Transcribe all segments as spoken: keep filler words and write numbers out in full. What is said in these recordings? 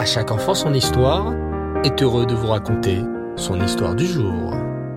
À chaque enfant son histoire est heureux de vous raconter son histoire du jour.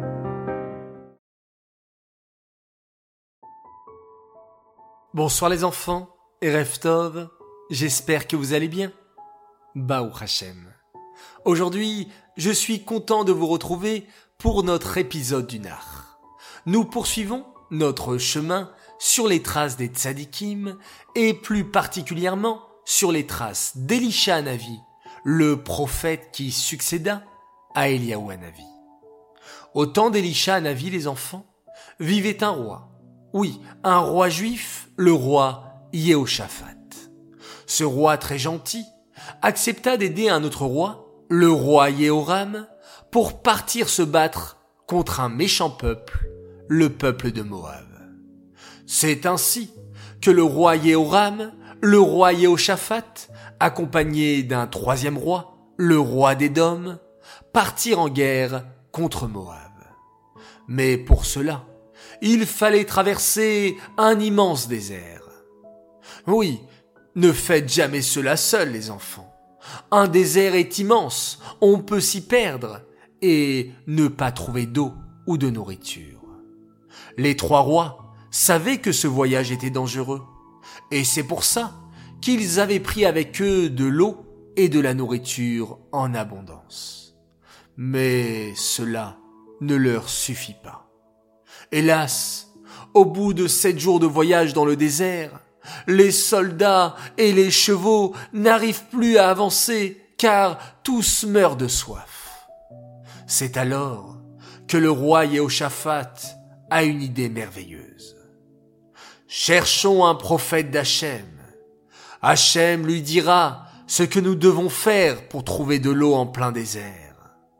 Bonsoir les enfants, Erev Tov, j'espère que vous allez bien. Baruch Hashem. Aujourd'hui, je suis content de vous retrouver pour notre épisode du Nar. Nous poursuivons notre chemin sur les traces des tzadikim et plus particulièrement sur les traces d'Elisha Hanavi, le prophète qui succéda à Eliyahu Hanavi. Au temps d'Elisha Hanavi, les enfants, vivait un roi. Oui, un roi juif, le roi Yehoshaphat. Ce roi très gentil accepta d'aider un autre roi, le roi Yehoram, pour partir se battre contre un méchant peuple, le peuple de Moab. C'est ainsi que le roi Yehoram, le roi Yehoshaphat, accompagné d'un troisième roi, le roi d'Édom, partirent en guerre contre Moab. Mais pour cela, il fallait traverser un immense désert. Oui, ne faites jamais cela seuls, les enfants. Un désert est immense, on peut s'y perdre et ne pas trouver d'eau ou de nourriture. Les trois rois savaient que ce voyage était dangereux, et c'est pour ça qu'ils avaient pris avec eux de l'eau et de la nourriture en abondance. Mais cela ne leur suffit pas. Hélas, au bout de sept jours de voyage dans le désert, les soldats et les chevaux n'arrivent plus à avancer car tous meurent de soif. C'est alors que le roi Yehoshaphat a une idée merveilleuse. Cherchons un prophète d'Hachem. Hachem lui dira ce que nous devons faire pour trouver de l'eau en plein désert.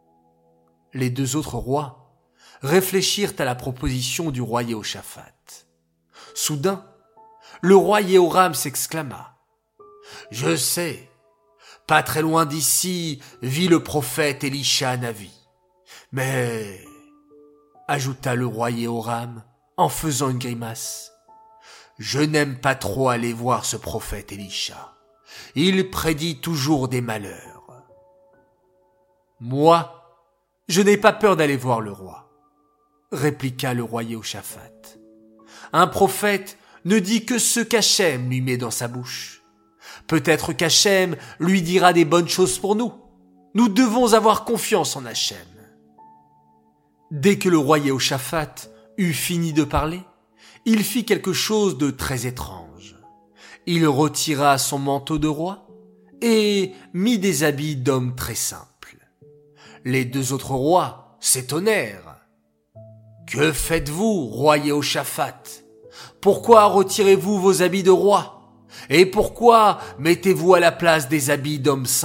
Les deux autres rois réfléchirent à la proposition du roi Yehoshaphat. Soudain, le roi Yehoram s'exclama. « Je sais, pas très loin d'ici vit le prophète Elisha Hanavi. Mais, ajouta le roi Yehoram en faisant une grimace, je n'aime pas trop aller voir ce prophète Elisha. Il prédit toujours des malheurs. Moi, je n'ai pas peur d'aller voir le roi, répliqua le roi Yehoshaphat. Un prophète ne dit que ce qu'Hachem lui met dans sa bouche. Peut-être qu'Hachem lui dira des bonnes choses pour nous. Nous devons avoir confiance en Hachem. Dès que le roi Yehoshaphat eut fini de parler, il fit quelque chose de très étrange. Il retira son manteau de roi et mit des habits d'homme très simples. Les deux autres rois s'étonnèrent. « Que faites-vous, roi Yehoshaphat ? Pourquoi retirez-vous vos habits de roi ? Et pourquoi mettez-vous à la place des habits d'homme simple ? »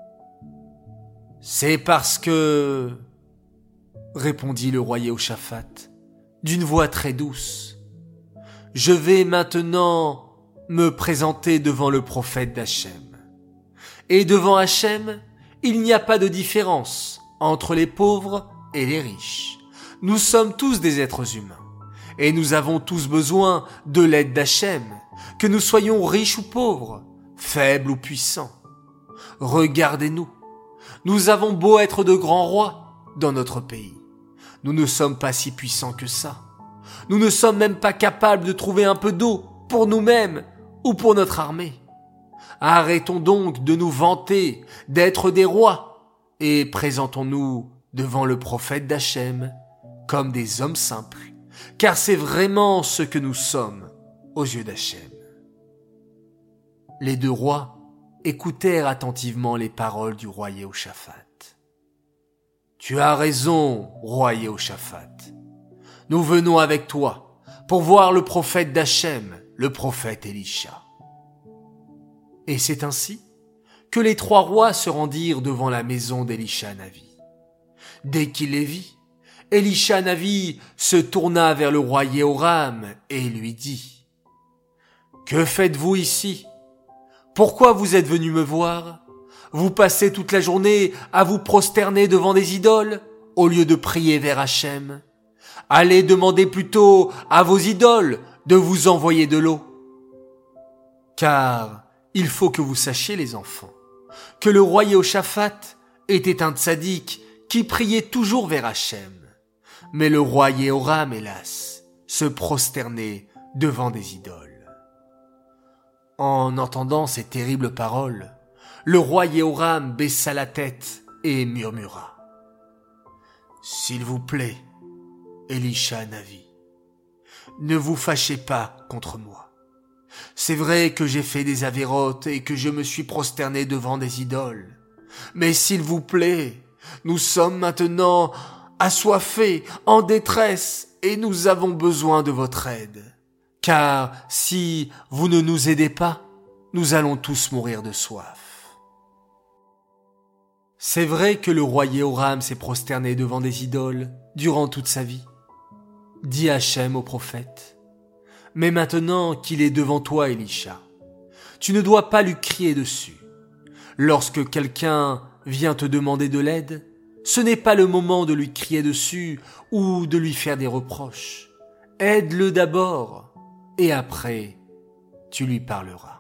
« C'est parce que... » répondit le roi Yehoshaphat, d'une voix très douce. « Je vais maintenant me présenter devant le prophète d'Hachem. Et devant Hachem, il n'y a pas de différence entre les pauvres et les riches. Nous sommes tous des êtres humains. Et nous avons tous besoin de l'aide d'Hachem, que nous soyons riches ou pauvres, faibles ou puissants. Regardez-nous. Nous avons beau être de grands rois dans notre pays. Nous ne sommes pas si puissants que ça. Nous ne sommes même pas capables de trouver un peu d'eau pour nous-mêmes ou pour notre armée. Arrêtons donc de nous vanter d'être des rois et présentons-nous devant le prophète d'Hachem comme des hommes simples, car c'est vraiment ce que nous sommes aux yeux d'Hachem. » Les deux rois écoutèrent attentivement les paroles du roi Yehoshaphat. « Tu as raison, roi Yehoshaphat. Nous venons avec toi pour voir le prophète d'Hachem, le prophète Elisha. » Et c'est ainsi que les trois rois se rendirent devant la maison d'Elisha Hanavi. Dès qu'il les vit, Elisha Hanavi se tourna vers le roi Yehoram et lui dit « Que faites-vous ici ? Pourquoi vous êtes venu me voir ? Vous passez toute la journée à vous prosterner devant des idoles au lieu de prier vers Hachem. Allez demander plutôt à vos idoles de vous envoyer de l'eau. Car il faut que vous sachiez, les enfants, que le roi Yehoshaphat était un tzaddik qui priait toujours vers Hachem. Mais le roi Yehoram, hélas, se prosternait devant des idoles. En entendant ces terribles paroles, le roi Yehoram baissa la tête et murmura : « S'il vous plaît, Elisha Hanavi, ne vous fâchez pas contre moi. C'est vrai que j'ai fait des avérotes et que je me suis prosterné devant des idoles. Mais s'il vous plaît, nous sommes maintenant assoiffés, en détresse, et nous avons besoin de votre aide. Car si vous ne nous aidez pas, nous allons tous mourir de soif. » C'est vrai que le roi Yehoram s'est prosterné devant des idoles durant toute sa vie, dit Hachem au prophète. Mais maintenant qu'il est devant toi, Elisha, tu ne dois pas lui crier dessus. Lorsque quelqu'un vient te demander de l'aide, ce n'est pas le moment de lui crier dessus ou de lui faire des reproches. Aide-le d'abord et après, tu lui parleras.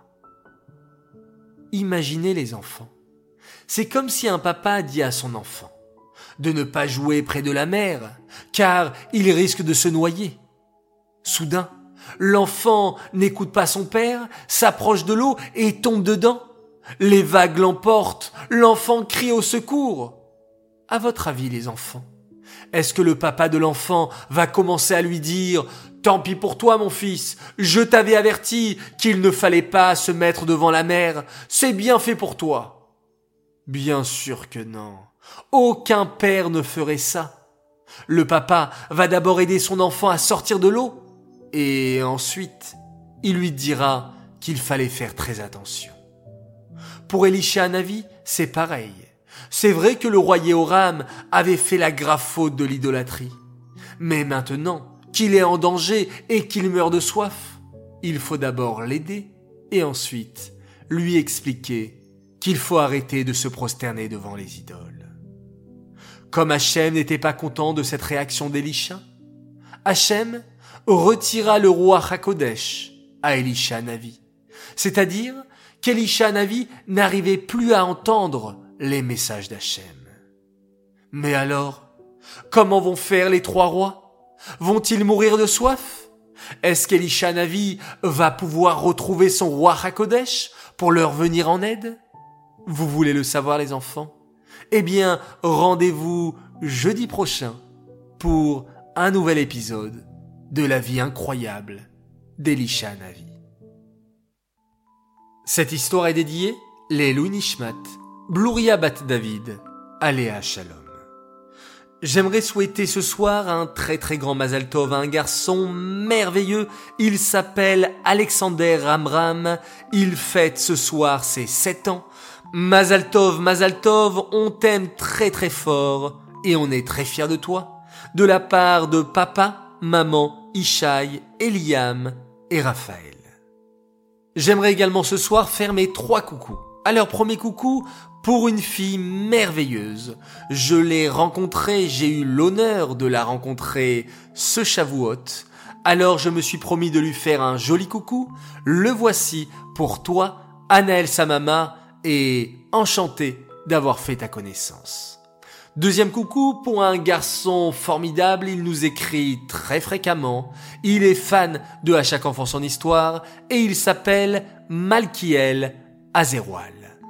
Imaginez les enfants. C'est comme si un papa dit à son enfant de ne pas jouer près de la mer, car il risque de se noyer. Soudain, l'enfant n'écoute pas son père, s'approche de l'eau et tombe dedans. Les vagues l'emportent, l'enfant crie au secours. À votre avis, les enfants, est-ce que le papa de l'enfant va commencer à lui dire « Tant pis pour toi, mon fils, je t'avais averti qu'il ne fallait pas se mettre devant la mer, c'est bien fait pour toi ». Bien sûr que non. Aucun père ne ferait ça. Le papa va d'abord aider son enfant à sortir de l'eau et ensuite, il lui dira qu'il fallait faire très attention. Pour Elisha Hanavi, c'est pareil. C'est vrai que le roi Yehoram avait fait la grave faute de l'idolâtrie. Mais maintenant qu'il est en danger et qu'il meurt de soif, il faut d'abord l'aider et ensuite lui expliquer qu'il faut arrêter de se prosterner devant les idoles. Comme Hachem n'était pas content de cette réaction d'Elisha, Hachem retira le roi HaKodesh à Elisha Hanavi. C'est-à-dire qu'Elisha Hanavi n'arrivait plus à entendre les messages d'Hachem. Mais alors, comment vont faire les trois rois ? Vont-ils mourir de soif ? Est-ce qu'Elisha Hanavi va pouvoir retrouver son roi HaKodesh pour leur venir en aide ? Vous voulez le savoir, les enfants ? Eh bien, rendez-vous jeudi prochain pour un nouvel épisode de la vie incroyable d'Elisha Hanavi. Cette histoire est dédiée Leilou Nishmat, Bluria Bat David, Aléa Shalom. J'aimerais souhaiter ce soir un très très grand Mazal Tov à un garçon merveilleux. Il s'appelle Alexander Amram. Il fête ce soir ses sept ans. Mazal Tov, Mazal Tov, on t'aime très très fort et on est très fiers de toi. De la part de papa, maman, Ishaï, Eliam et Raphaël. J'aimerais également ce soir faire mes trois coucous. Alors, premier coucou pour une fille merveilleuse. Je l'ai rencontrée, j'ai eu l'honneur de la rencontrer ce Shavuot. Alors, je me suis promis de lui faire un joli coucou. Le voici pour toi, Anaël Samama, et enchanté d'avoir fait ta connaissance. Deuxième coucou pour un garçon formidable, il nous écrit très fréquemment, il est fan de À chaque enfant son histoire et il s'appelle Malkiel Azerwal.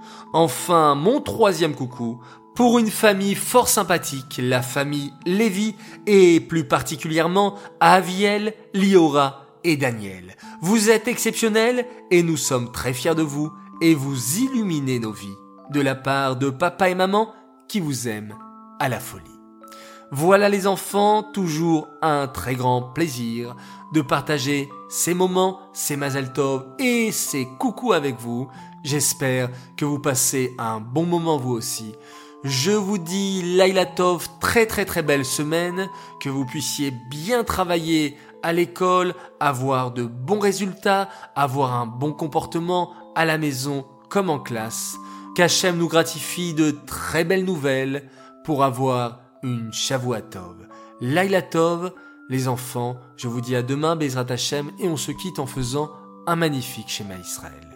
Enfin, mon troisième coucou pour une famille fort sympathique, la famille Lévy et plus particulièrement Aviel, Liora et Daniel. Vous êtes exceptionnels et nous sommes très fiers de vous et vous illuminez nos vies de la part de papa et maman qui vous aiment à la folie. Voilà les enfants, toujours un très grand plaisir de partager ces moments, ces Mazal Tov et ces coucous avec vous. J'espère que vous passez un bon moment vous aussi. Je vous dis Laila Tov, très très très belle semaine, que vous puissiez bien travailler à l'école, avoir de bons résultats, avoir un bon comportement à la maison comme en classe. Qu'Hachem nous gratifie de très belles nouvelles pour avoir une Shavua Tov. Laila Tov, les enfants, je vous dis à demain, Bezrat Hachem, et on se quitte en faisant un magnifique schéma Israël.